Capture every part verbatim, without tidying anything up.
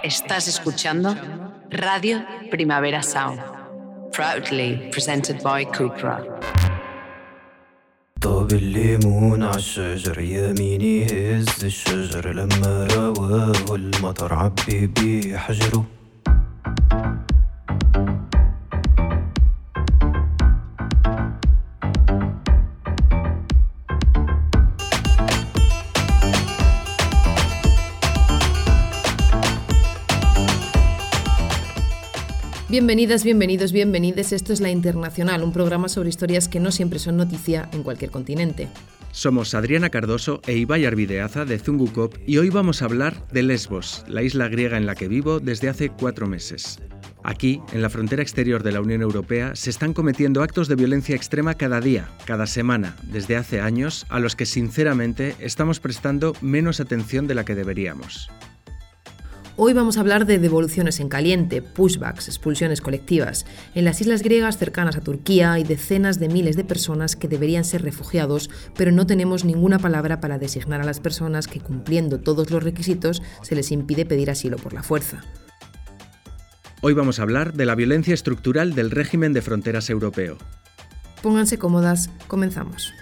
Estás escuchando Radio Primavera Sound, proudly presented by Cupra. طاب الليمون عالشجر يميني هز الشجر لما رواه المطر عبي بيه حجره. Bienvenidas, bienvenidos, bienvenides. Esto es La Internacional, un programa sobre historias que no siempre son noticia en cualquier continente. Somos Adriana Cardoso e Ibai Arbideaza de Zungukop y hoy vamos a hablar de Lesbos, la isla griega en la que vivo desde hace cuatro meses. Aquí, en la frontera exterior de la Unión Europea, se están cometiendo actos de violencia extrema cada día, cada semana, desde hace años, a los que sinceramente estamos prestando menos atención de la que deberíamos. Hoy vamos a hablar de devoluciones en caliente, pushbacks, expulsiones colectivas. En las islas griegas cercanas a Turquía hay decenas de miles de personas que deberían ser refugiados, pero no tenemos ninguna palabra para designar a las personas que, cumpliendo todos los requisitos, se les impide pedir asilo por la fuerza. Hoy vamos a hablar de la violencia estructural del régimen de fronteras europeo. Pónganse cómodas, comenzamos.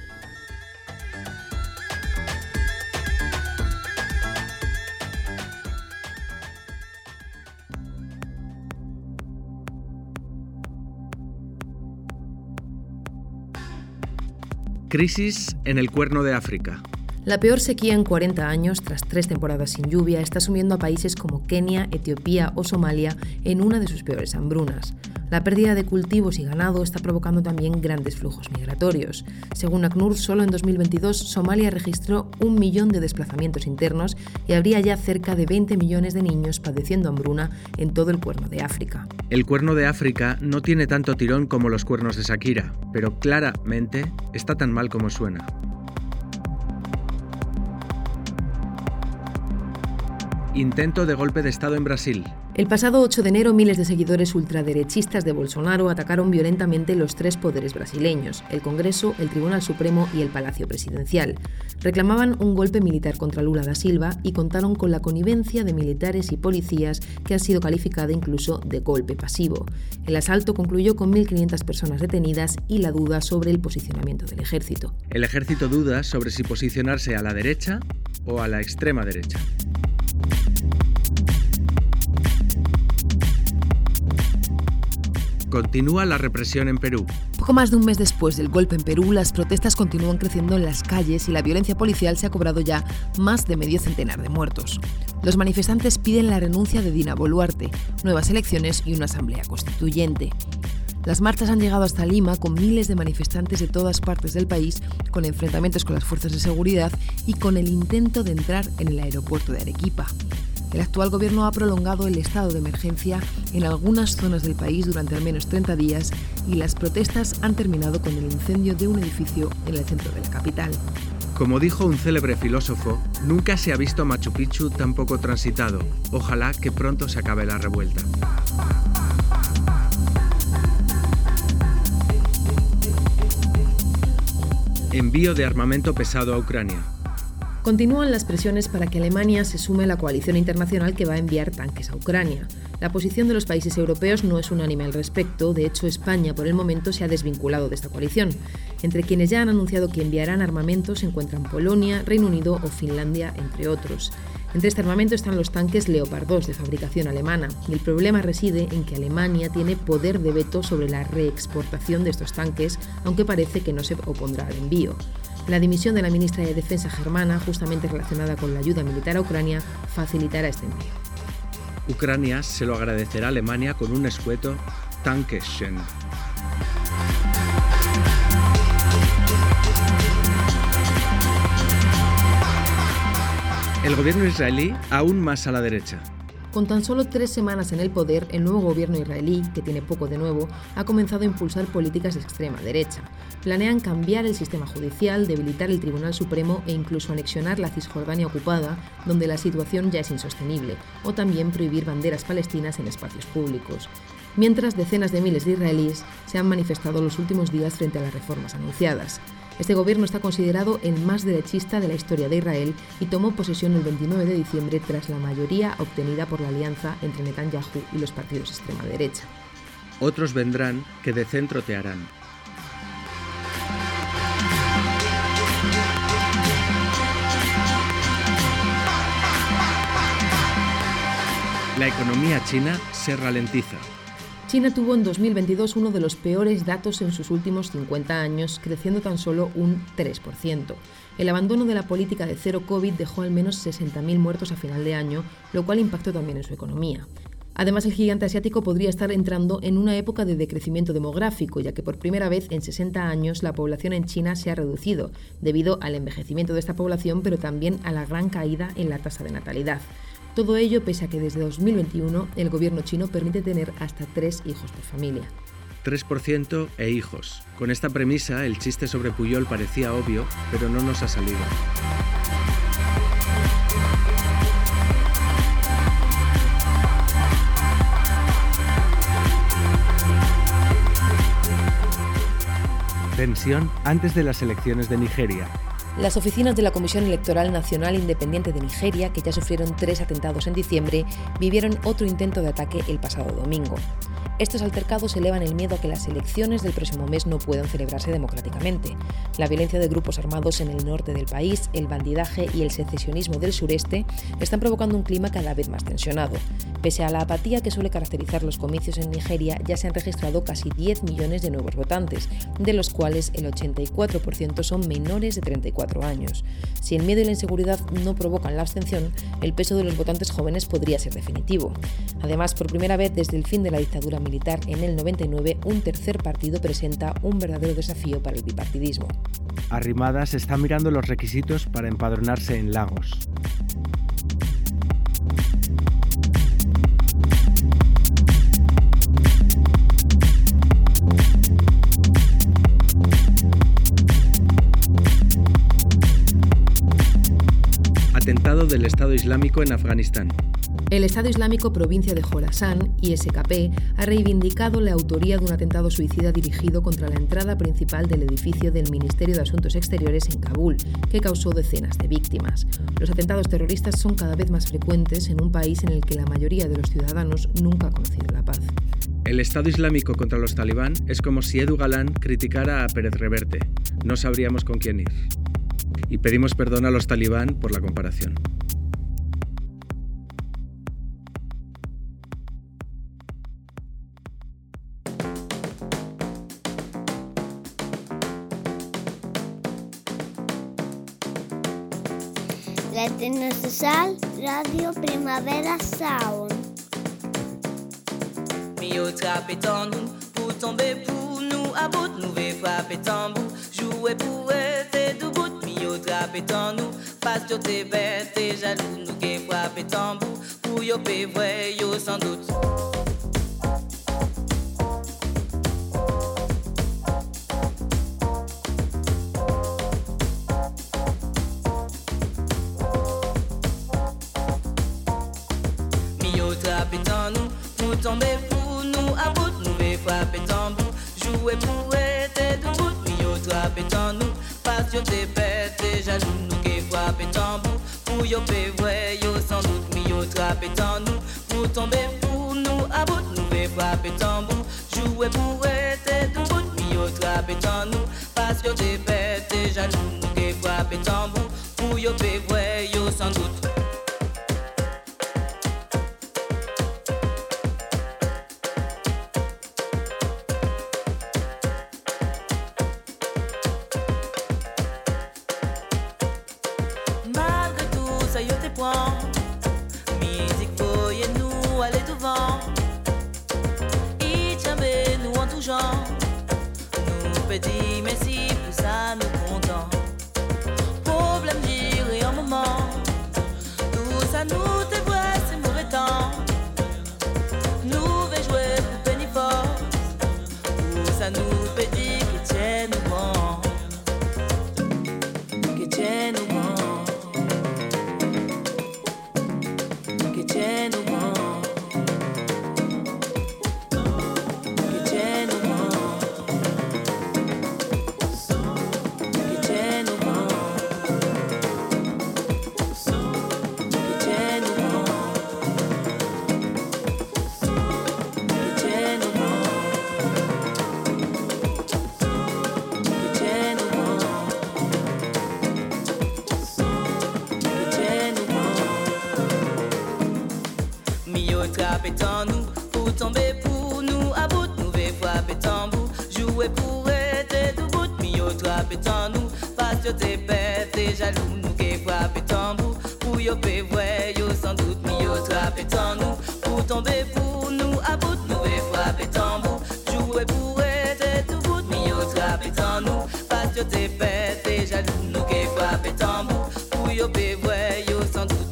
Crisis en el Cuerno de África. La peor sequía en cuarenta años, tras tres temporadas sin lluvia, está sumiendo a países como Kenia, Etiopía o Somalia en una de sus peores hambrunas. La pérdida de cultivos y ganado está provocando también grandes flujos migratorios. Según ACNUR, solo en dos mil veintidós Somalia registró un millón de desplazamientos internos y habría ya cerca de veinte millones de niños padeciendo hambruna en todo el Cuerno de África. El Cuerno de África no tiene tanto tirón como los cuernos de Shakira, pero claramente está tan mal como suena. Intento de golpe de Estado en Brasil. El pasado ocho de enero, miles de seguidores ultraderechistas de Bolsonaro atacaron violentamente los tres poderes brasileños, el Congreso, el Tribunal Supremo y el Palacio Presidencial. Reclamaban un golpe militar contra Lula da Silva y contaron con la connivencia de militares y policías, que ha sido calificada incluso de golpe pasivo. El asalto concluyó con mil quinientas personas detenidas y la duda sobre el posicionamiento del ejército. El ejército duda sobre si posicionarse a la derecha o a la extrema derecha. Continúa la represión en Perú. Poco más de un mes después del golpe en Perú, las protestas continúan creciendo en las calles y la violencia policial se ha cobrado ya más de medio centenar de muertos. Los manifestantes piden la renuncia de Dina Boluarte, nuevas elecciones y una asamblea constituyente. Las marchas han llegado hasta Lima con miles de manifestantes de todas partes del país, con enfrentamientos con las fuerzas de seguridad y con el intento de entrar en el aeropuerto de Arequipa. El actual gobierno ha prolongado el estado de emergencia en algunas zonas del país durante al menos treinta días y las protestas han terminado con el incendio de un edificio en el centro de la capital. Como dijo un célebre filósofo, nunca se ha visto Machu Picchu tan poco transitado. Ojalá que pronto se acabe la revuelta. Envío de armamento pesado a Ucrania. Continúan las presiones para que Alemania se sume a la coalición internacional que va a enviar tanques a Ucrania. La posición de los países europeos no es unánime al respecto. De hecho, España por el momento se ha desvinculado de esta coalición. Entre quienes ya han anunciado que enviarán armamento se encuentran Polonia, Reino Unido o Finlandia, entre otros. Entre este armamento están los tanques Leopard dos de fabricación alemana, y el problema reside en que Alemania tiene poder de veto sobre la reexportación de estos tanques, aunque parece que no se opondrá al envío. La dimisión de la ministra de Defensa germana, justamente relacionada con la ayuda militar a Ucrania, facilitará este envío. Ucrania se lo agradecerá a Alemania con un escueto Dankeschön. El gobierno israelí aún más a la derecha. Con tan solo tres semanas en el poder, el nuevo gobierno israelí, que tiene poco de nuevo, ha comenzado a impulsar políticas de extrema derecha. Planean cambiar el sistema judicial, debilitar el Tribunal Supremo e incluso anexionar la Cisjordania ocupada, donde la situación ya es insostenible, o también prohibir banderas palestinas en espacios públicos. Mientras, decenas de miles de israelíes se han manifestado los últimos días frente a las reformas anunciadas. Este gobierno está considerado el más derechista de la historia de Israel y tomó posesión el veintinueve de diciembre tras la mayoría obtenida por la alianza entre Netanyahu y los partidos de extrema derecha. Otros vendrán que de centro te harán. La economía china se ralentiza. China tuvo en dos mil veintidós uno de los peores datos en sus últimos cincuenta años, creciendo tan solo un tres por ciento. El abandono de la política de cero COVID dejó al menos sesenta mil muertos a final de año, lo cual impactó también en su economía. Además, el gigante asiático podría estar entrando en una época de decrecimiento demográfico, ya que por primera vez en sesenta años la población en China se ha reducido, debido al envejecimiento de esta población, pero también a la gran caída en la tasa de natalidad. Todo ello pese a que desde dos mil veintiuno el gobierno chino permite tener hasta tres hijos por familia. tres por ciento e hijos. Con esta premisa, el chiste sobre Puyol parecía obvio, pero no nos ha salido. Tensión antes de las elecciones de Nigeria. Las oficinas de la Comisión Electoral Nacional Independiente de Nigeria, que ya sufrieron tres atentados en diciembre, vivieron otro intento de ataque el pasado domingo. Estos altercados elevan el miedo a que las elecciones del próximo mes no puedan celebrarse democráticamente. La violencia de grupos armados en el norte del país, el bandidaje y el secesionismo del sureste están provocando un clima cada vez más tensionado. Pese a la apatía que suele caracterizar los comicios en Nigeria, ya se han registrado casi diez millones de nuevos votantes, de los cuales el ochenta y cuatro por ciento son menores de treinta y cuatro años. Si el miedo y la inseguridad no provocan la abstención, el peso de los votantes jóvenes podría ser definitivo. Además, por primera vez desde el fin de la dictadura militar en el noventa y nueve, un tercer partido presenta un verdadero desafío para el bipartidismo. Arrimadas está mirando los requisitos para empadronarse en Lagos. Atentado del Estado Islámico en Afganistán. El Estado Islámico Provincia de Jorasán, I S K P, ha reivindicado la autoría de un atentado suicida dirigido contra la entrada principal del edificio del Ministerio de Asuntos Exteriores en Kabul, que causó decenas de víctimas. Los atentados terroristas son cada vez más frecuentes en un país en el que la mayoría de los ciudadanos nunca ha conocido la paz. El Estado Islámico contra los talibán es como si Edu Galán criticara a Pérez Reverte. No sabríamos con quién ir. Y pedimos perdón a los talibán por la comparación. L'international Radio Primavera Sound. Mio trapetant nous, pour tomber pour nous, à bout, nous vais frapper tambour, jouer pour être debout. Mio trapetant nous, parce que t'es bête, t'es jaloux, nous vais frapper tambour, pour yo pe vrai, yo sans doute. Tomber pour nous à bout, nous vais frapper tambour, jouer pour être debout, mio trapetant nous, parce que t'es bête, t'es jaloux, nous qui frapper tambour, pour yo pe vrai, yo sans doute, mio trapetant nous, pour tomber pour nous à bout, nous vais frapper tambour, jouer pour être debout, mio trapetant nous, parce que t'es bête, t'es jaloux, nous qui frapper tambour, pour yo pe vrai, yo sans doute. Musique voyez nous aller devant. Il jamais nous en tout genre. Nous petit mais si pour ça nous content. Problème durer un moment. Tout ça nous te voit c'est mauvais temps. Nous vais jouer pour penny force. Tout ça nous petit que tiens nous bon. Que tiens nous bon. Mio trappe en nous, pour tomber pour nous à bout, nous vais frapper tambour, jouer pour être debout. Mio trappe en nous, parce que t'es bête et jaloux, nous qui frapper tambour, pour yo pe vrai yo sans doute. Mio trappe en nous, pour tomber pour nous à bout, nous vais frapper tambour, jouer pour être debout. Mio trappe en nous, parce que t'es bête et jaloux, nous qui frapper tambour, pour yo pe vrai yo sans doute.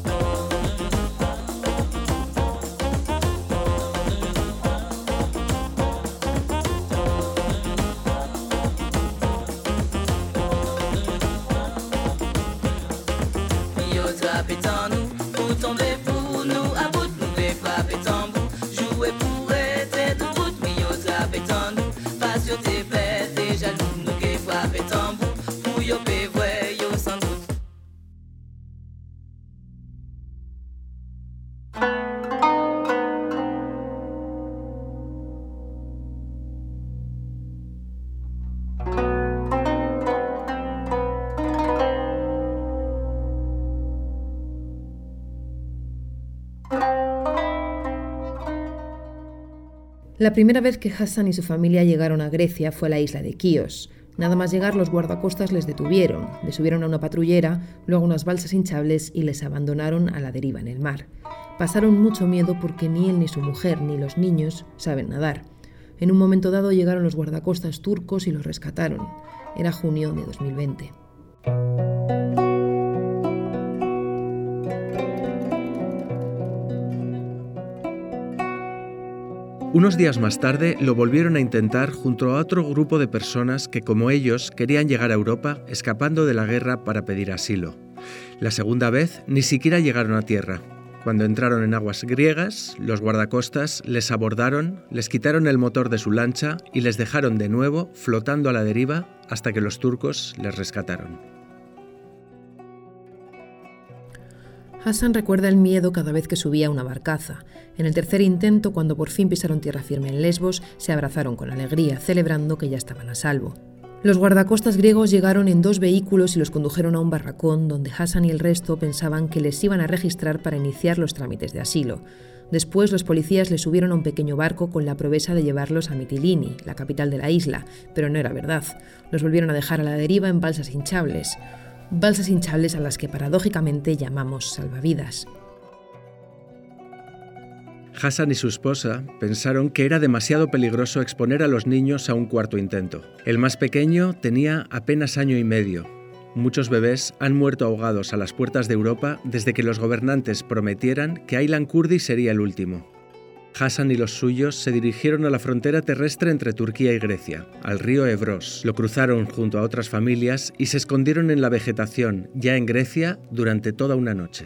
La primera vez que Hassan y su familia llegaron a Grecia fue a la isla de Kíos. Nada más llegar, los guardacostas les detuvieron, les subieron a una patrullera, luego a unas balsas hinchables y les abandonaron a la deriva en el mar. Pasaron mucho miedo porque ni él ni su mujer ni los niños saben nadar. En un momento dado llegaron los guardacostas turcos y los rescataron. Era junio de dos mil veinte. Unos días más tarde lo volvieron a intentar junto a otro grupo de personas que, como ellos, querían llegar a Europa escapando de la guerra para pedir asilo. La segunda vez ni siquiera llegaron a tierra. Cuando entraron en aguas griegas, los guardacostas les abordaron, les quitaron el motor de su lancha y les dejaron de nuevo flotando a la deriva hasta que los turcos les rescataron. Hassan recuerda el miedo cada vez que subía a una barcaza. En el tercer intento, cuando por fin pisaron tierra firme en Lesbos, se abrazaron con alegría, celebrando que ya estaban a salvo. Los guardacostas griegos llegaron en dos vehículos y los condujeron a un barracón donde Hassan y el resto pensaban que les iban a registrar para iniciar los trámites de asilo. Después, los policías les subieron a un pequeño barco con la promesa de llevarlos a Mitilini, la capital de la isla, pero no era verdad. Los volvieron a dejar a la deriva en balsas hinchables. Balsas hinchables a las que paradójicamente llamamos salvavidas. Hassan y su esposa pensaron que era demasiado peligroso exponer a los niños a un cuarto intento. El más pequeño tenía apenas año y medio. Muchos bebés han muerto ahogados a las puertas de Europa desde que los gobernantes prometieran que Aylan Kurdi sería el último. Hassan y los suyos se dirigieron a la frontera terrestre entre Turquía y Grecia, al río Evros. Lo cruzaron junto a otras familias y se escondieron en la vegetación, ya en Grecia, durante toda una noche.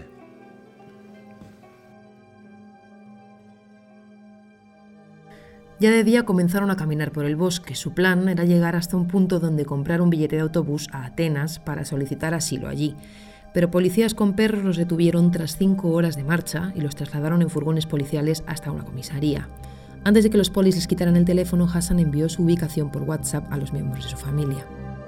Ya de día comenzaron a caminar por el bosque. Su plan era llegar hasta un punto donde comprar un billete de autobús a Atenas para solicitar asilo allí. Pero policías con perros los detuvieron tras cinco horas de marcha y los trasladaron en furgones policiales hasta una comisaría. Antes de que los polis les quitaran el teléfono, Hassan envió su ubicación por WhatsApp a los miembros de su familia.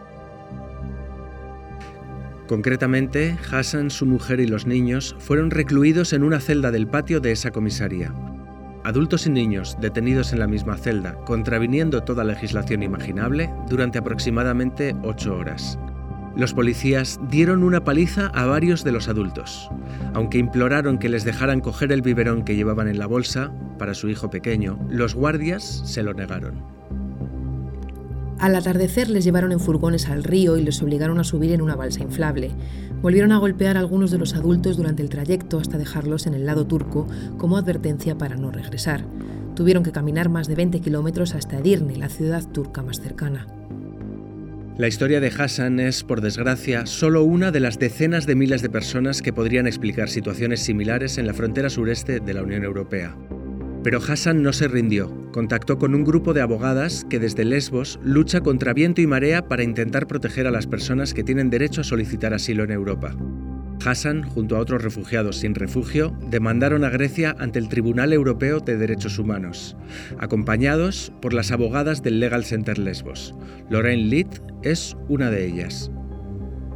Concretamente, Hassan, su mujer y los niños fueron recluidos en una celda del patio de esa comisaría. Adultos y niños detenidos en la misma celda, contraviniendo toda legislación imaginable, durante aproximadamente ocho horas. Los policías dieron una paliza a varios de los adultos. Aunque imploraron que les dejaran coger el biberón que llevaban en la bolsa, para su hijo pequeño, los guardias se lo negaron. Al atardecer les llevaron en furgones al río y les obligaron a subir en una balsa inflable. Volvieron a golpear a algunos de los adultos durante el trayecto hasta dejarlos en el lado turco como advertencia para no regresar. Tuvieron que caminar más de veinte kilómetros hasta Edirne, la ciudad turca más cercana. La historia de Hassan es, por desgracia, solo una de las decenas de miles de personas que podrían explicar situaciones similares en la frontera sureste de la Unión Europea. Pero Hassan no se rindió. Contactó con un grupo de abogadas que desde Lesbos lucha contra viento y marea para intentar proteger a las personas que tienen derecho a solicitar asilo en Europa. Hassan, junto a otros refugiados sin refugio, demandaron a Grecia ante el Tribunal Europeo de Derechos Humanos, acompañados por las abogadas del Legal Center Lesbos. Lorraine Litt es una de ellas.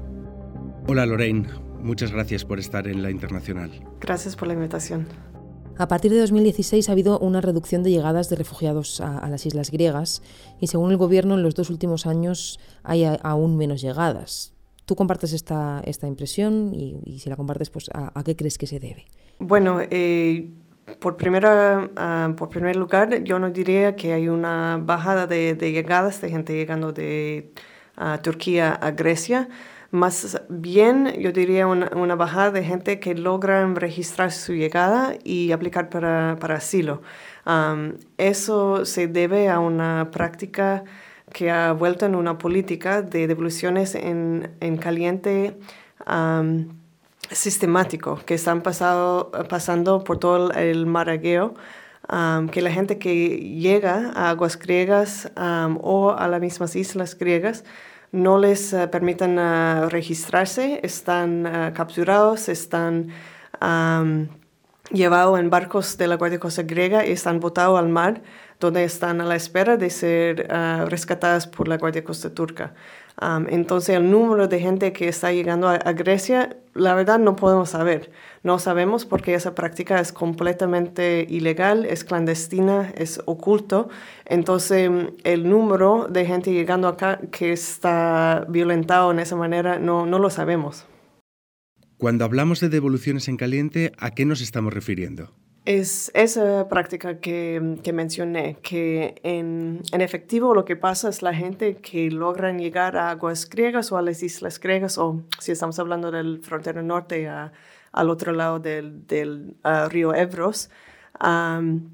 Hola Lorraine, muchas gracias por estar en La Internacional. Gracias por la invitación. A partir de dos mil dieciséis ha habido una reducción de llegadas de refugiados a, a las islas griegas y según el gobierno en los dos últimos años hay a, aún menos llegadas. ¿Tú compartes esta, esta impresión y, y si la compartes, pues ¿a, a qué crees que se debe? Bueno, eh, por, primera, uh, por primer lugar, yo no diría que hay una bajada de, de llegadas de gente llegando de uh, Turquía a Grecia. Más bien, yo diría una, una bajada de gente que logran registrar su llegada y aplicar para, para asilo. Um, eso se debe a una práctica que ha vuelto en una política de devoluciones en, en caliente um, sistemático, que están pasado, pasando por todo el mar Egeo, um, que la gente que llega a aguas griegas um, o a las mismas islas griegas no les uh, permiten uh, registrarse, están uh, capturados, están um, llevados en barcos de la Guardia Costera griega y están botados al mar, donde están a la espera de ser uh, rescatadas por la Guardia Costera turca. Um, entonces, el número de gente que está llegando a, a Grecia, la verdad no podemos saber. No sabemos porque esa práctica es completamente ilegal, es clandestina, es oculto. Entonces, el número de gente llegando acá que está violentado en esa manera, no, no lo sabemos. Cuando hablamos de devoluciones en caliente, ¿a qué nos estamos refiriendo? Es esa práctica que, que mencioné, que en, en efectivo lo que pasa es la gente que logran llegar a aguas griegas o a las islas griegas, o si estamos hablando del frontera norte, a, al otro lado del, del uh, río Evros, um,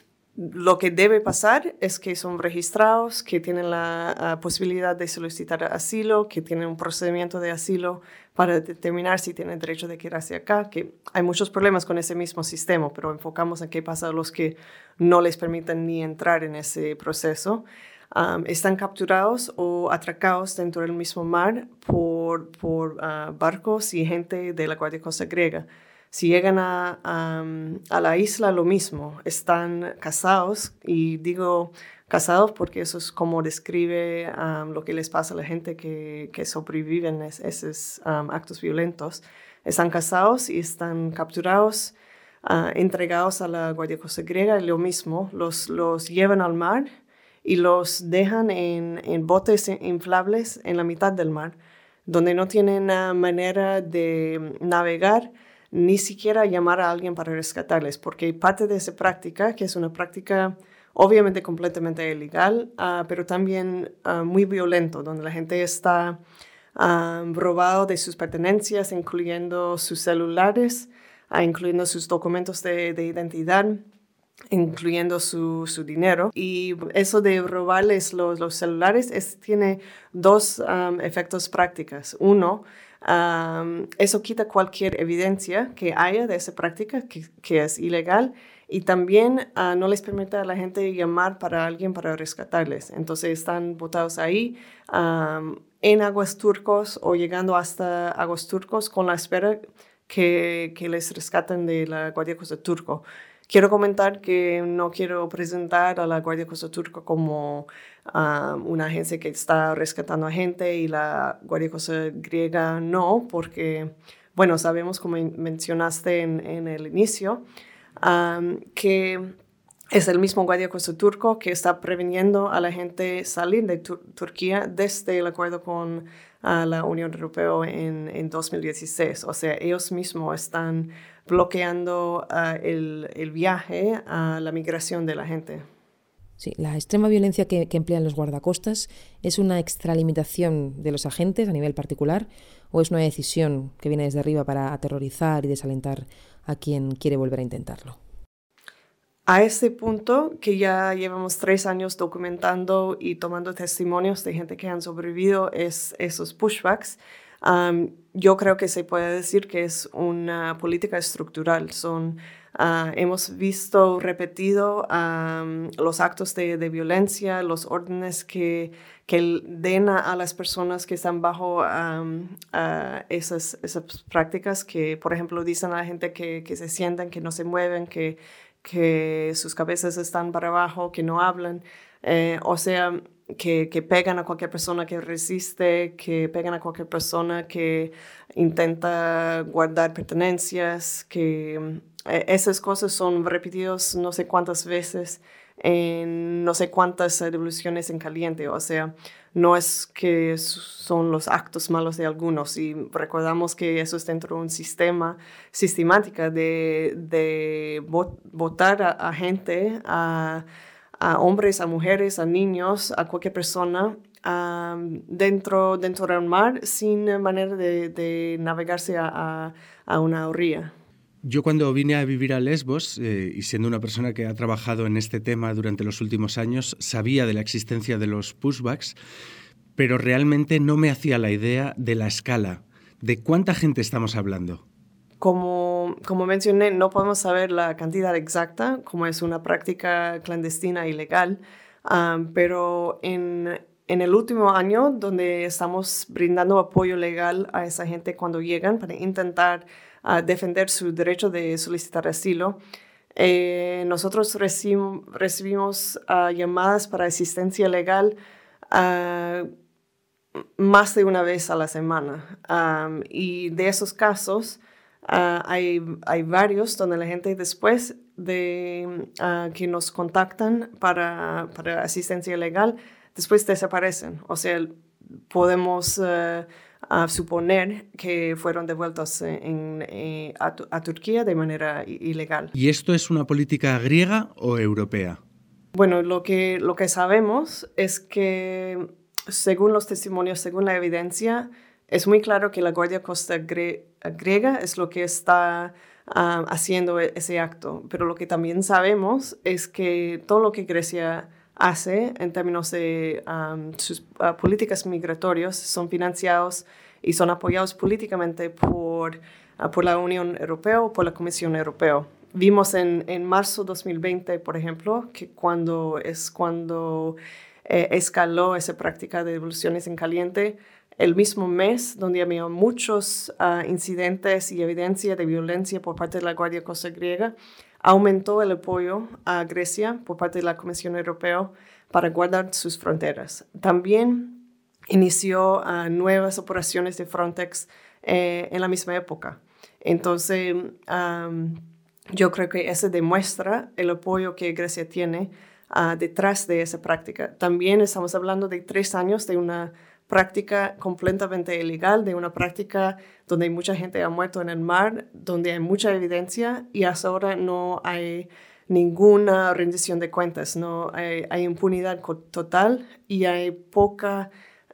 lo que debe pasar es que son registrados, que tienen la uh, posibilidad de solicitar asilo, que tienen un procedimiento de asilo para determinar si tienen derecho de quedarse acá, que hay muchos problemas con ese mismo sistema, pero enfocamos en qué pasa a los que no les permiten ni entrar en ese proceso. Um, están capturados o atracados dentro del mismo mar por, por uh, barcos y gente de la Guardia Costera griega. Si llegan a, a, a la isla, lo mismo, están casados, y digo casados porque eso es como describe um, lo que les pasa a la gente que, que sobreviven a es, esos um, actos violentos. Están casados y están capturados, uh, entregados a la Guardia Costera griega, y lo mismo, los, los llevan al mar y los dejan en, en botes inflables en la mitad del mar, donde no tienen uh, manera de navegar, ni siquiera llamar a alguien para rescatarles, porque parte de esa práctica, que es una práctica obviamente completamente ilegal, uh, pero también uh, muy violento, donde la gente está uh, robado de sus pertenencias, incluyendo sus celulares, uh, incluyendo sus documentos de, de identidad, incluyendo su, su dinero. Y eso de robarles los, los celulares es, tiene dos um, efectos prácticos. Uno, Um, eso quita cualquier evidencia que haya de esa práctica que, que es ilegal, y también uh, no les permite a la gente llamar para alguien para rescatarles. Entonces están botados ahí um, en aguas turcos o llegando hasta aguas turcos con la espera que, que les rescaten de la Guardia Costera turco. Quiero comentar que no quiero presentar a la Guardia Costera turca como um, una agencia que está rescatando a gente y la Guardia Costera griega no, porque, bueno, sabemos, como mencionaste en, en el inicio, um, que es el mismo Guardia Costera turco que está previniendo a la gente salir de Tur- Turquía desde el acuerdo con uh, la Unión Europea en, en dos mil dieciséis. O sea, ellos mismos están bloqueando uh, el, el viaje a uh, la migración de la gente. Sí, la extrema violencia que, que emplean los guardacostas ¿es una extralimitación de los agentes a nivel particular o es una decisión que viene desde arriba para aterrorizar y desalentar a quien quiere volver a intentarlo? A este punto, que ya llevamos tres años documentando y tomando testimonios de gente que han sobrevivido es, esos pushbacks, um, yo creo que se puede decir que es una política estructural. Son, uh, hemos visto repetido um, los actos de, de violencia, los órdenes que, que den a, a las personas que están bajo um, uh, esas, esas prácticas, que por ejemplo dicen a la gente que, que se sientan, que no se mueven, que que sus cabezas están para abajo, que no hablan. Eh, o sea, que, que pegan a cualquier persona que resiste, que pegan a cualquier persona que intenta guardar pertenencias, que eh, esas cosas son repetidas no sé cuántas veces en no sé cuántas devoluciones en caliente. O sea, no es que son los actos malos de algunos, y recordamos que eso es dentro de un sistema sistemático de, de votar a, a gente, a, a hombres, a mujeres, a niños, a cualquier persona um, dentro, dentro del mar sin manera de, de navegarse a, a, a una orilla. Yo cuando vine a vivir a Lesbos, eh, y siendo una persona que ha trabajado en este tema durante los últimos años, sabía de la existencia de los pushbacks, pero realmente no me hacía la idea de la escala. ¿De cuánta gente estamos hablando? Como, como mencioné, no podemos saber la cantidad exacta, como es una práctica clandestina e ilegal, um, pero en, en el último año, donde estamos brindando apoyo legal a esa gente cuando llegan para intentar a defender su derecho de solicitar asilo, eh, nosotros recib- recibimos uh, llamadas para asistencia legal uh, más de una vez a la semana. Um, y de esos casos, uh, hay, hay varios donde la gente después de uh, que nos contactan para, para asistencia legal, después desaparecen. O sea, podemos Uh, a suponer que fueron devueltos en, en, a, a Turquía de manera ilegal. ¿Y esto es una política griega o europea? Bueno, lo que, lo que sabemos es que, según los testimonios, según la evidencia, es muy claro que la Guardia Costa gre- griega es lo que está uh, haciendo ese acto. Pero lo que también sabemos es que todo lo que Grecia hace en términos de um, sus uh, políticas migratorias son financiados y son apoyados políticamente por, uh, por la Unión Europea o por la Comisión Europea. Vimos en, en marzo de dos mil veinte, por ejemplo, que cuando es cuando eh, escaló esa práctica de devoluciones en caliente, el mismo mes donde había muchos uh, incidentes y evidencia de violencia por parte de la Guardia Costa griega, aumentó el apoyo a Grecia por parte de la Comisión Europea para guardar sus fronteras. También inició uh, nuevas operaciones de Frontex eh, en la misma época. Entonces, um, yo creo que eso demuestra el apoyo que Grecia tiene uh, detrás de esa práctica. También estamos hablando de tres años de una práctica completamente ilegal, de una práctica donde mucha gente ha muerto en el mar, donde hay mucha evidencia y hasta ahora no hay ninguna rendición de cuentas, no hay, hay impunidad total y hay poca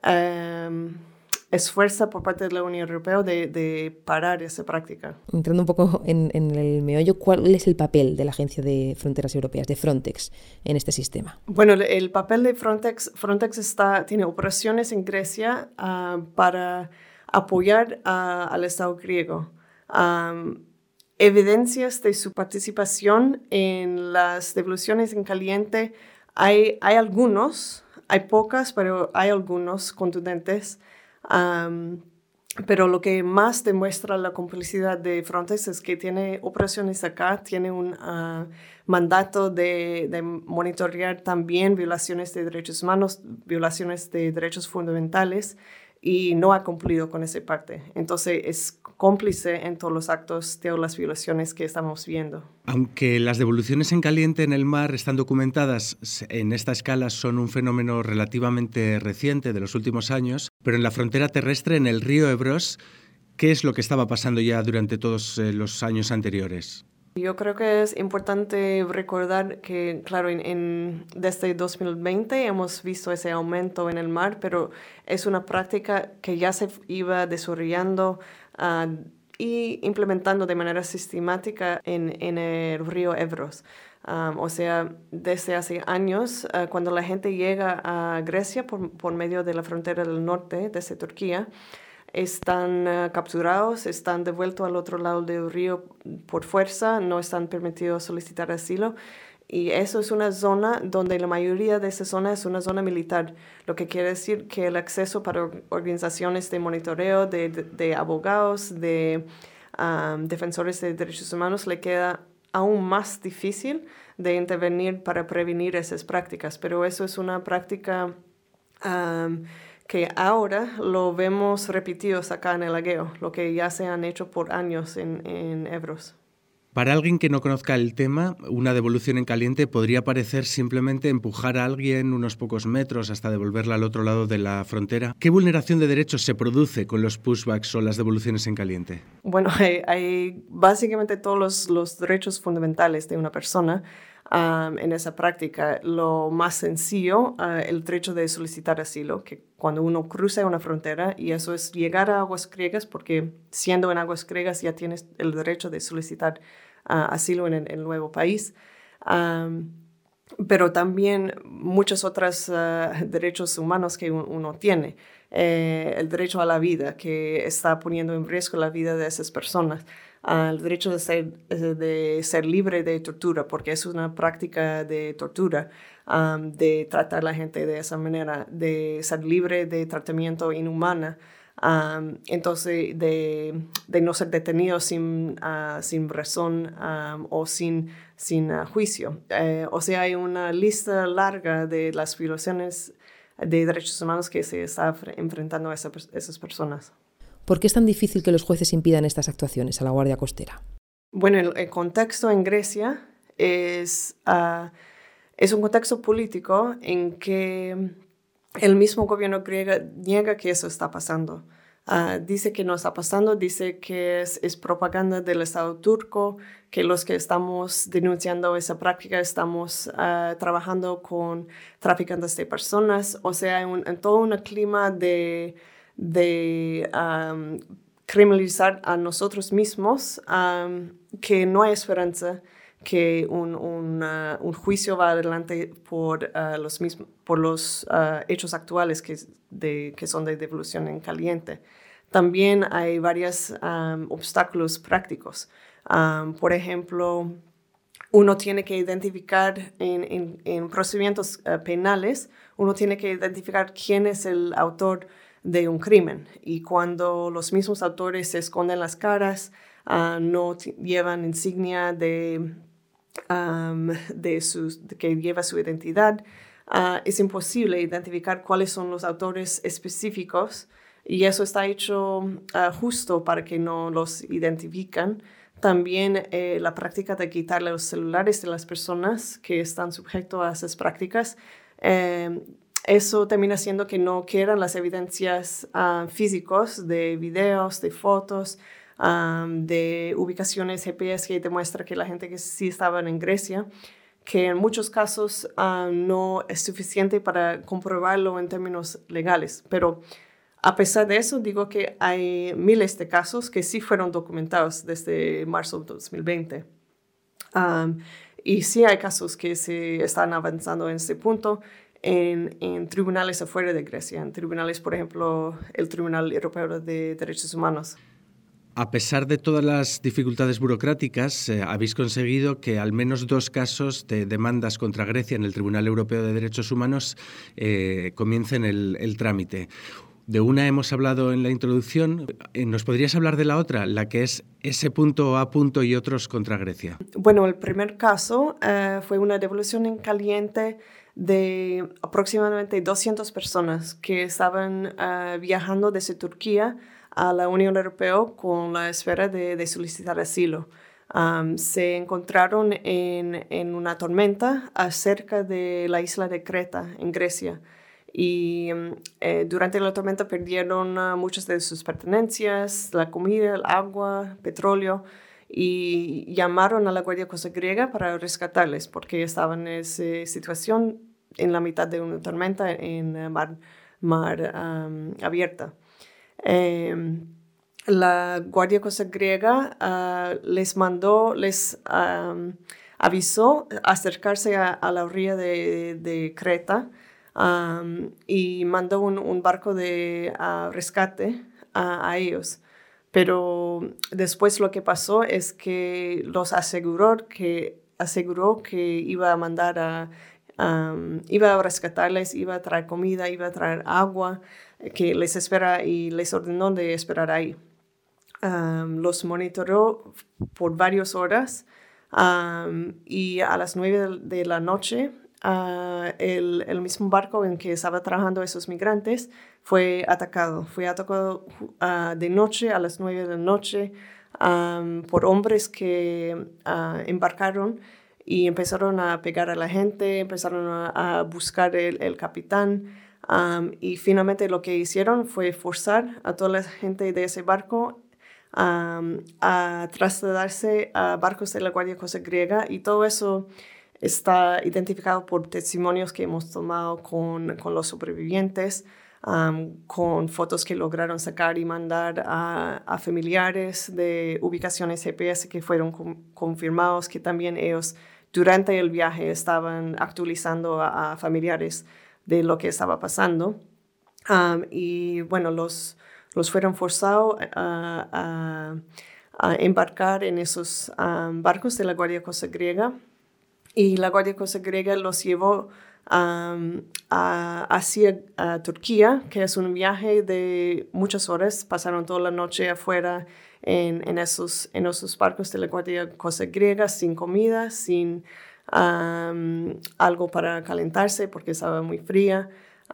um, esfuerzo por parte de la Unión Europea de, de parar esa práctica. Entrando un poco en, en el meollo, ¿cuál es el papel de la Agencia de Fronteras Europeas, de Frontex, en este sistema? Bueno, el, el papel de Frontex, Frontex está, tiene operaciones en Grecia uh, para apoyar uh, al Estado griego. Um, evidencias de su participación en las devoluciones en caliente, hay, hay algunos, hay pocas, pero hay algunos contundentes. Um, pero lo que más demuestra la complicidad de Frontex es que tiene operaciones acá, tiene un uh, mandato de, de monitorear también violaciones de derechos humanos, violaciones de derechos fundamentales, y no ha cumplido con esa parte. Entonces es cómplice en todos los actos de las violaciones que estamos viendo. Aunque las devoluciones en caliente en el mar están documentadas en esta escala, son un fenómeno relativamente reciente de los últimos años, pero en la frontera terrestre, en el río Ebros, ¿qué es lo que estaba pasando ya durante todos eh, los años anteriores? Yo creo que es importante recordar que, claro, en, en, desde dos mil veinte hemos visto ese aumento en el mar, pero es una práctica que ya se iba desarrollando uh, y implementando de manera sistemática en, en el río Ebros. Um, o sea, desde hace años, uh, cuando la gente llega a Grecia por, por medio de la frontera del norte, desde Turquía, están uh, capturados, están devueltos al otro lado del río por fuerza, no están permitidos solicitar asilo. Y eso es una zona donde la mayoría de esa zona es una zona militar, lo que quiere decir que el acceso para organizaciones de monitoreo, de, de, de abogados, de um, defensores de derechos humanos le queda aún más difícil de intervenir para prevenir esas prácticas. Pero eso es una práctica Um, que ahora lo vemos repetidos acá en el Egeo, lo que ya se han hecho por años en, en Evros. Para alguien que no conozca el tema, una devolución en caliente podría parecer simplemente empujar a alguien unos pocos metros hasta devolverla al otro lado de la frontera. ¿Qué vulneración de derechos se produce con los pushbacks o las devoluciones en caliente? Bueno, hay, hay básicamente todos los, los derechos fundamentales de una persona um, en esa práctica. Lo más sencillo, uh, el derecho de solicitar asilo, que cuando uno cruza una frontera, y eso es llegar a aguas griegas, porque siendo en aguas griegas ya tienes el derecho de solicitar Uh, asilo en el nuevo país, um, pero también muchos otros uh, derechos humanos que un, uno tiene. Eh, el derecho a la vida, que está poniendo en riesgo la vida de esas personas. Uh, el derecho de ser, de ser libre de tortura, porque es una práctica de tortura, um, de tratar a la gente de esa manera, de ser libre de tratamiento inhumano. Um, entonces, de, de no ser detenido sin, uh, sin razón um, o sin, sin uh, juicio. Eh, o sea, hay una lista larga de las violaciones de derechos humanos que se está enfrentando a esa, esas personas. ¿Por qué es tan difícil que los jueces impidan estas actuaciones a la Guardia Costera? Bueno, el, el contexto en Grecia es, uh, es un contexto político en que el mismo gobierno griego niega que eso está pasando. Uh, dice que no está pasando, dice que es, es propaganda del Estado turco, que los que estamos denunciando esa práctica estamos uh, trabajando con traficantes de personas. O sea, hay un, en todo un clima de, de um, criminalizar a nosotros mismos, um, que no hay esperanza que un, un, uh, un juicio va adelante por, uh, los, mismos, por los uh, hechos actuales que, de, que son de devolución en caliente. También hay varios um, obstáculos prácticos. Um, por ejemplo, uno tiene que identificar en, en, en procedimientos uh, penales, uno tiene que identificar quién es el autor de un crimen. Y cuando los mismos autores se esconden las caras, uh, no t- llevan insignia de... Um, de sus, de que lleva su identidad, uh, es imposible identificar cuáles son los autores específicos y eso está hecho uh, justo para que no los identifican. También eh, la práctica de quitar los celulares de las personas que están sujetos a esas prácticas, eh, eso termina siendo que no quieran las evidencias uh, físicas de videos, de fotos, Um, de ubicaciones G P S que demuestra que la gente que sí estaba en Grecia, que en muchos casos um, no es suficiente para comprobarlo en términos legales. Pero a pesar de eso, digo que hay miles de casos que sí fueron documentados desde marzo de dos mil veinte. Um, y sí hay casos que se están avanzando en este punto en, en tribunales afuera de Grecia, en tribunales, por ejemplo, el Tribunal Europeo de Derechos Humanos. A pesar de todas las dificultades burocráticas, eh, habéis conseguido que al menos dos casos de demandas contra Grecia en el Tribunal Europeo de Derechos Humanos eh, comiencen el, el trámite. De una hemos hablado en la introducción. ¿Nos podrías hablar de la otra, la que es ese punto A punto y otros contra Grecia? Bueno, el primer caso uh, fue una devolución en caliente de aproximadamente doscientas personas que estaban uh, viajando desde Turquía a la Unión Europea con la espera de, de solicitar asilo. Um, se encontraron en, en una tormenta cerca de la isla de Creta, en Grecia. Y eh, durante la tormenta perdieron uh, muchas de sus pertenencias, la comida, el agua, petróleo, y llamaron a la Guardia Costera griega para rescatarles, porque estaban en esa situación en la mitad de una tormenta en mar, mar um, abierta. Eh, la Guardia Costera griega uh, les mandó, les um, avisó acercarse a, a la orilla de, de Creta um, y mandó un, un barco de uh, rescate a, a ellos. Pero después lo que pasó es que los aseguró que, aseguró que iba a mandar a, um, iba a rescatarles, iba a traer comida, iba a traer agua, que les espera y les ordenó de esperar ahí. Um, los monitoreó por varias horas um, y a las nueve de la noche uh, el, el mismo barco en que estaban trabajando esos migrantes fue atacado. Fue atacado uh, de noche, a las nueve de la noche, um, por hombres que uh, embarcaron y empezaron a pegar a la gente, empezaron a, a buscar el, el capitán. Um, y finalmente lo que hicieron fue forzar a toda la gente de ese barco um, a trasladarse a barcos de la Guardia Costa Griega, y todo eso está identificado por testimonios que hemos tomado con, con los sobrevivientes, um, con fotos que lograron sacar y mandar a, a familiares de ubicaciones G P S que fueron com- confirmados que también ellos durante el viaje estaban actualizando a, a familiares de lo que estaba pasando. Um, y bueno, los, los fueron forzados a, a, a embarcar en esos um, barcos de la Guardia Costa Griega, y la Guardia Costa Griega los llevó um, a, hacia a Turquía, que es un viaje de muchas horas. Pasaron toda la noche afuera en, en, esos, en esos barcos de la Guardia Costa Griega, sin comida, sin Um, algo para calentarse porque estaba muy fría.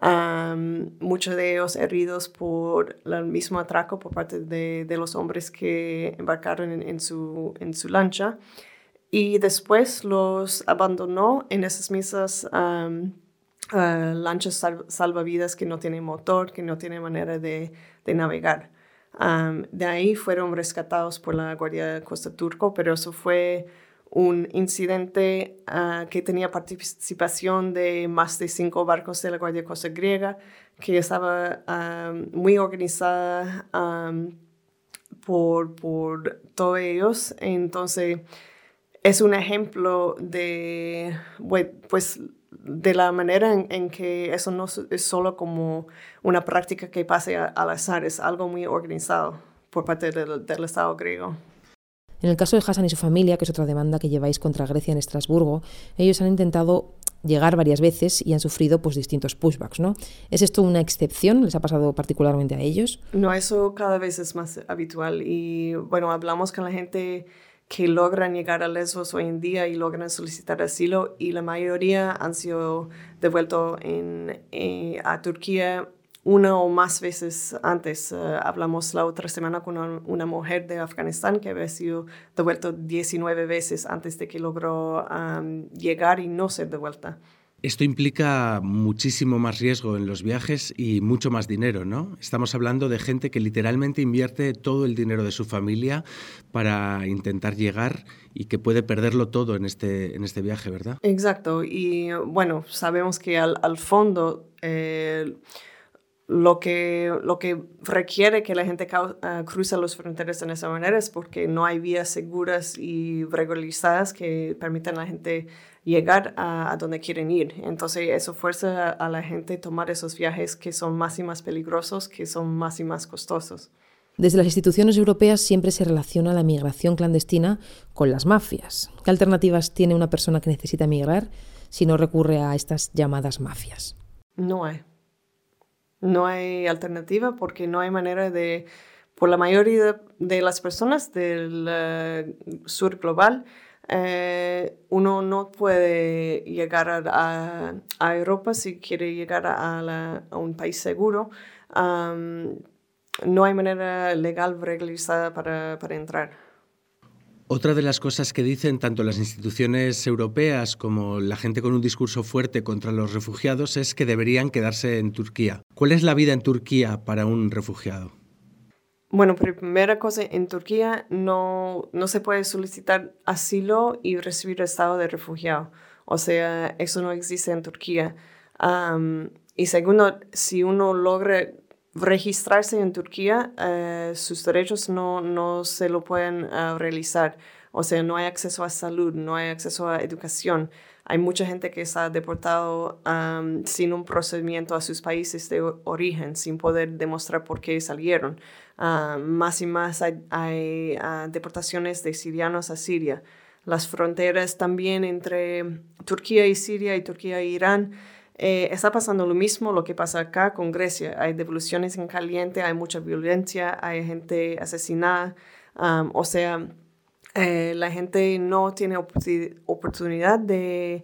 Um, muchos de ellos heridos por el mismo atraco por parte de, de los hombres que embarcaron en, en, su, en su lancha. Y después los abandonó en esas mismas um, uh, lanchas sal, salvavidas que no tienen motor, que no tienen manera de, de navegar. Um, de ahí fueron rescatados por la Guardia Costa Turco, pero eso fue un incidente uh, que tenía participación de más de cinco barcos de la Guardia Costa Griega, que estaba um, muy organizada um, por, por todos ellos. Entonces, es un ejemplo de, pues, de la manera en, en que eso no es solo como una práctica que pase a, al azar, es algo muy organizado por parte del, del Estado griego. En el caso de Hassan y su familia, que es otra demanda que lleváis contra Grecia en Estrasburgo, ellos han intentado llegar varias veces y han sufrido pues, distintos pushbacks, ¿no? ¿Es esto una excepción? ¿Les ha pasado particularmente a ellos? No, eso cada vez es más habitual. Y bueno, hablamos con la gente que logran llegar a Lesbos hoy en día y logran solicitar asilo, y la mayoría han sido devueltos en, eh, a Turquía una o más veces antes. Uh, hablamos la otra semana con una, una mujer de Afganistán que había sido devuelta diecinueve veces antes de que logró um, llegar y no ser devuelta. Esto implica muchísimo más riesgo en los viajes y mucho más dinero, ¿no? Estamos hablando de gente que literalmente invierte todo el dinero de su familia para intentar llegar y que puede perderlo todo en este, en este viaje, ¿verdad? Exacto. Y bueno, sabemos que al, al fondo eh, Lo que, lo que requiere que la gente uh, cruce las fronteras de esa manera es porque no hay vías seguras y regularizadas que permitan a la gente llegar a, a donde quieren ir. Entonces eso fuerza a, a la gente a tomar esos viajes que son más y más peligrosos, que son más y más costosos. Desde las instituciones europeas siempre se relaciona la migración clandestina con las mafias. ¿Qué alternativas tiene una persona que necesita migrar si no recurre a estas llamadas mafias? No hay. No hay alternativa porque no hay manera de, por la mayoría de las personas del uh, sur global, eh, uno no puede llegar a, a, a Europa si quiere llegar a, la, a un país seguro. Um, no hay manera legal regularizada para, para entrar. Otra de las cosas que dicen tanto las instituciones europeas como la gente con un discurso fuerte contra los refugiados es que deberían quedarse en Turquía. ¿Cuál es la vida en Turquía para un refugiado? Bueno, primera cosa, en Turquía no, no se puede solicitar asilo y recibir estado de refugiado. O sea, eso no existe en Turquía. Um, y segundo, si uno logra registrarse en Turquía, uh, sus derechos no, no se lo pueden uh, realizar. O sea, no hay acceso a salud, no hay acceso a educación. Hay mucha gente que está deportado um, sin un procedimiento a sus países de origen, sin poder demostrar por qué salieron. Uh, más y más hay, hay uh, deportaciones de sirianos a Siria. Las fronteras también entre Turquía y Siria y Turquía e Irán, Eh, está pasando lo mismo, lo que pasa acá con Grecia. Hay devoluciones en caliente, hay mucha violencia, hay gente asesinada. Um, o sea, eh, la gente no tiene op- oportunidad de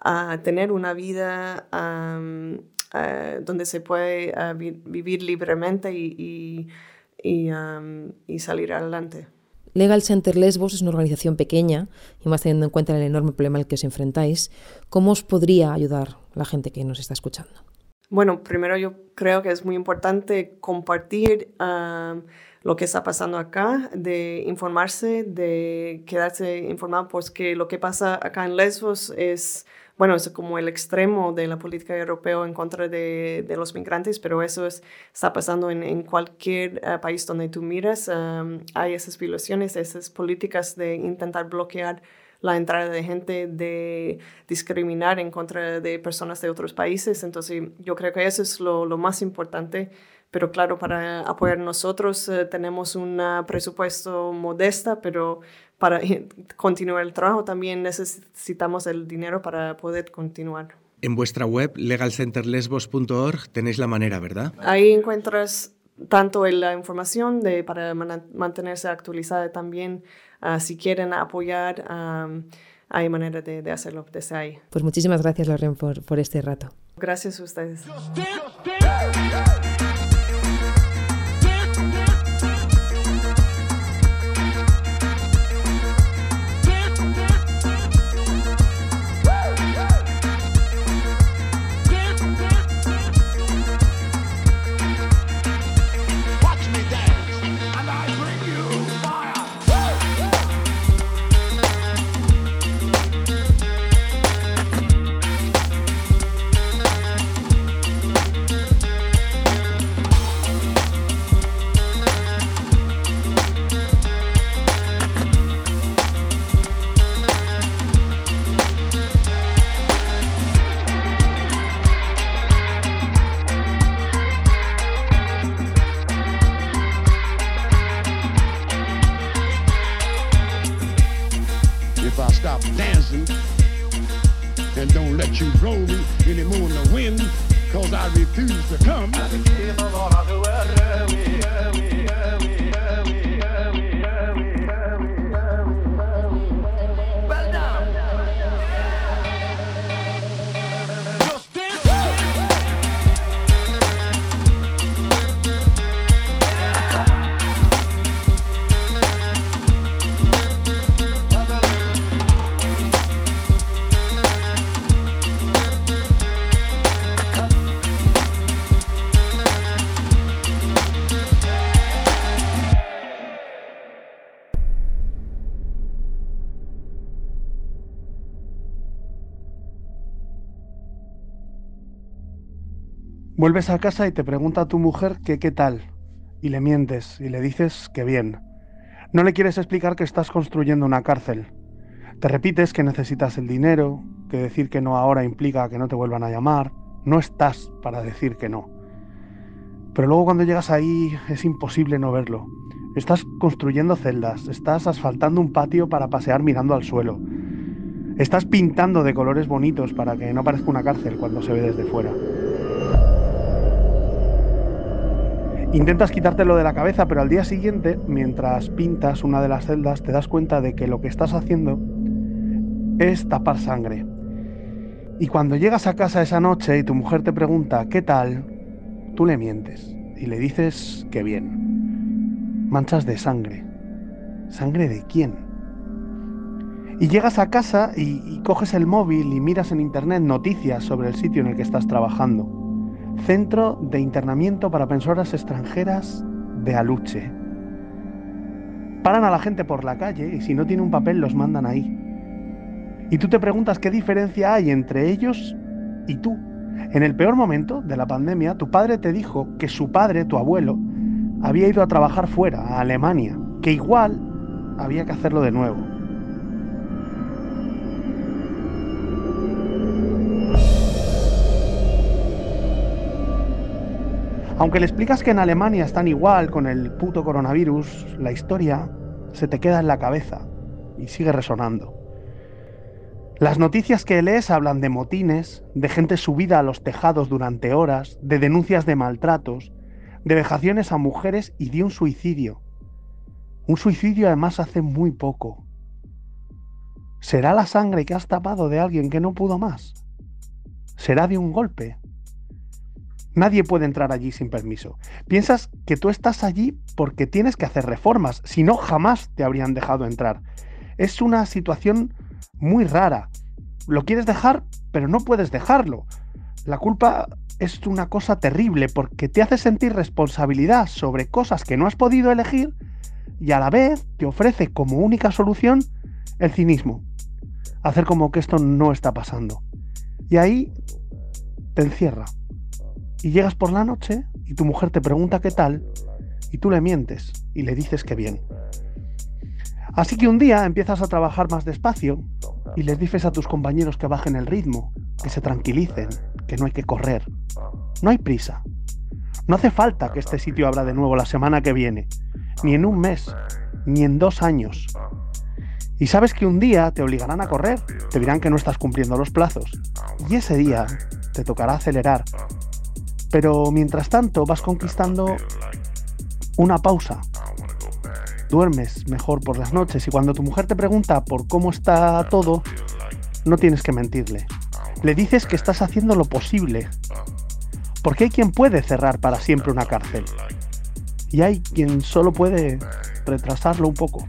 a tener una vida um, uh, donde se puede uh, vi- vivir libremente y, y, y, um, y salir adelante. Legal Center Lesbos es una organización pequeña y más teniendo en cuenta el enorme problema al que os enfrentáis. ¿Cómo os podría ayudar la gente que nos está escuchando? Bueno, primero yo creo que es muy importante compartir um, lo que está pasando acá, de informarse, de quedarse informado, porque lo que pasa acá en Lesbos es, bueno, es como el extremo de la política europea en contra de, de los migrantes, pero eso es, está pasando en, en cualquier uh, país donde tú miras. Um, hay esas violaciones, esas políticas de intentar bloquear la entrada de gente, de discriminar en contra de personas de otros países. Entonces, yo creo que eso es lo, lo más importante. Pero claro, para apoyar nosotros eh, tenemos un uh, presupuesto modesto, pero para continuar el trabajo también necesitamos el dinero para poder continuar. En vuestra web, legal center lesbos punto org, tenéis la manera, ¿verdad? Ahí encuentras tanto la información de, para man- mantenerse actualizada también. Uh, si quieren apoyar, um, hay manera de, de hacerlo desde ahí. Pues muchísimas gracias, Lauren, por, por este rato. Gracias a ustedes. If I stop dancing and don't let you roll me anymore in the wind, cause I refuse to come. Well down. Just dance. Vuelves a casa y te pregunta a tu mujer que qué tal, y le mientes y le dices que bien. No le quieres explicar que estás construyendo una cárcel. Te repites que necesitas el dinero, que decir que no ahora implica que no te vuelvan a llamar. No estás para decir que no. Pero luego cuando llegas ahí es imposible no verlo. Estás construyendo celdas, estás asfaltando un patio para pasear mirando al suelo. Estás pintando de colores bonitos para que no parezca una cárcel cuando se ve desde fuera. Intentas quitártelo de la cabeza, pero al día siguiente, mientras pintas una de las celdas, te das cuenta de que lo que estás haciendo es tapar sangre. Y cuando llegas a casa esa noche y tu mujer te pregunta ¿qué tal?, tú le mientes y le dices que bien. Manchas de sangre. ¿Sangre de quién? Y llegas a casa y, y coges el móvil y miras en internet noticias sobre el sitio en el que estás trabajando. Centro de internamiento para personas extranjeras de Aluche. Paran a la gente por la calle y si no tiene un papel los mandan ahí. Y tú te preguntas qué diferencia hay entre ellos y tú. En el peor momento de la pandemia, tu padre te dijo que su padre, tu abuelo, había ido a trabajar fuera, a Alemania, que igual había que hacerlo de nuevo. Aunque le explicas que en Alemania están igual con el puto coronavirus, la historia se te queda en la cabeza y sigue resonando. Las noticias que lees hablan de motines, de gente subida a los tejados durante horas, de denuncias de maltratos, de vejaciones a mujeres y de un suicidio. Un suicidio además hace muy poco. ¿Será la sangre que has tapado de alguien que no pudo más? ¿Será de un golpe? Nadie puede entrar allí sin permiso. Piensas que tú estás allí porque tienes que hacer reformas, si no jamás te habrían dejado entrar. Es una situación muy rara. Lo quieres dejar, pero no puedes dejarlo. La culpa es una cosa terrible porque te hace sentir responsabilidad sobre cosas que no has podido elegir y a la vez te ofrece como única solución el cinismo. Hacer como que esto no está pasando. Y ahí te encierra. Y llegas por la noche y tu mujer te pregunta qué tal y tú le mientes y le dices que bien. Así que un día empiezas a trabajar más despacio y les dices a tus compañeros que bajen el ritmo, que se tranquilicen, que no hay que correr. No hay prisa. No hace falta que este sitio abra de nuevo la semana que viene, ni en un mes, ni en dos años. Y sabes que un día te obligarán a correr, te dirán que no estás cumpliendo los plazos, y ese día te tocará acelerar. Pero mientras tanto vas conquistando una pausa. Duermes mejor por las noches y cuando tu mujer te pregunta por cómo está todo, no tienes que mentirle. Le dices que estás haciendo lo posible. Porque hay quien puede cerrar para siempre una cárcel. Y hay quien solo puede retrasarlo un poco.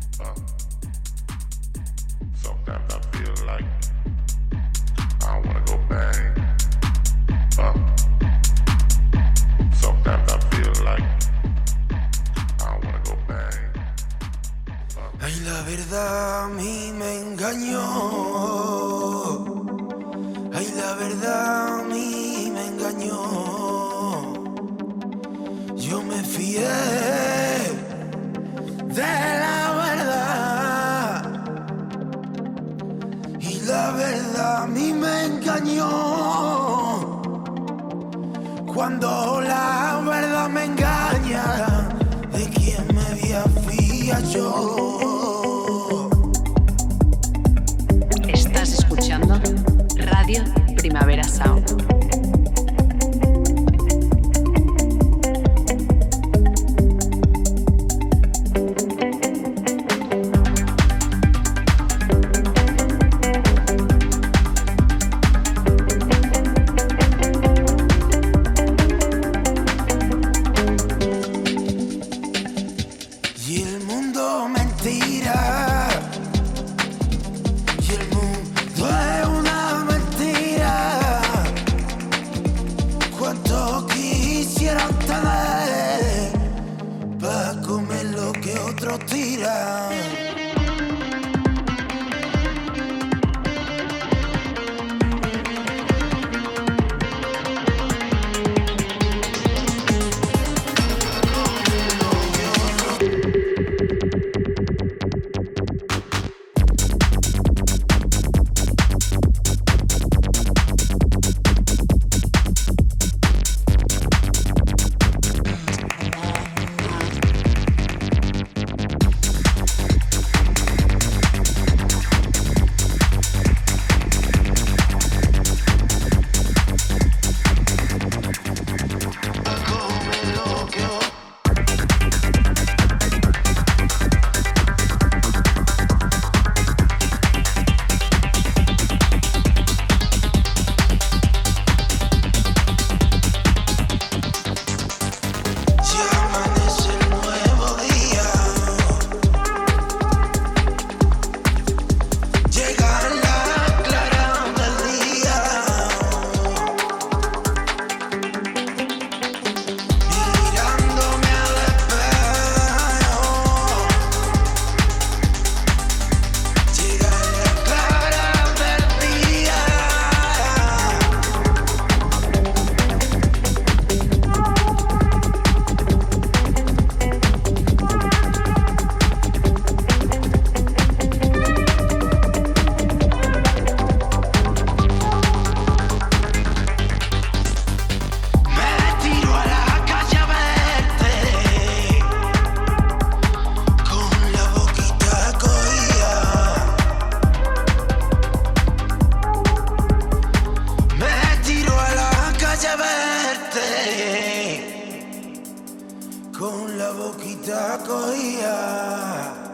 Ay, la verdad a mí me engañó. Ay, la verdad a mí me engañó. Yo me fié de la verdad. Y la verdad a mí me engañó. Cuando la verdad me engaña, ¿de quién me voy a fiar yo? Escuchando Radio Primavera Sound. Y el mundo mentira. Y el mundo es una mentira. Cuánto quisiera tener para comer lo que otros tiran. Con la boquita cogía.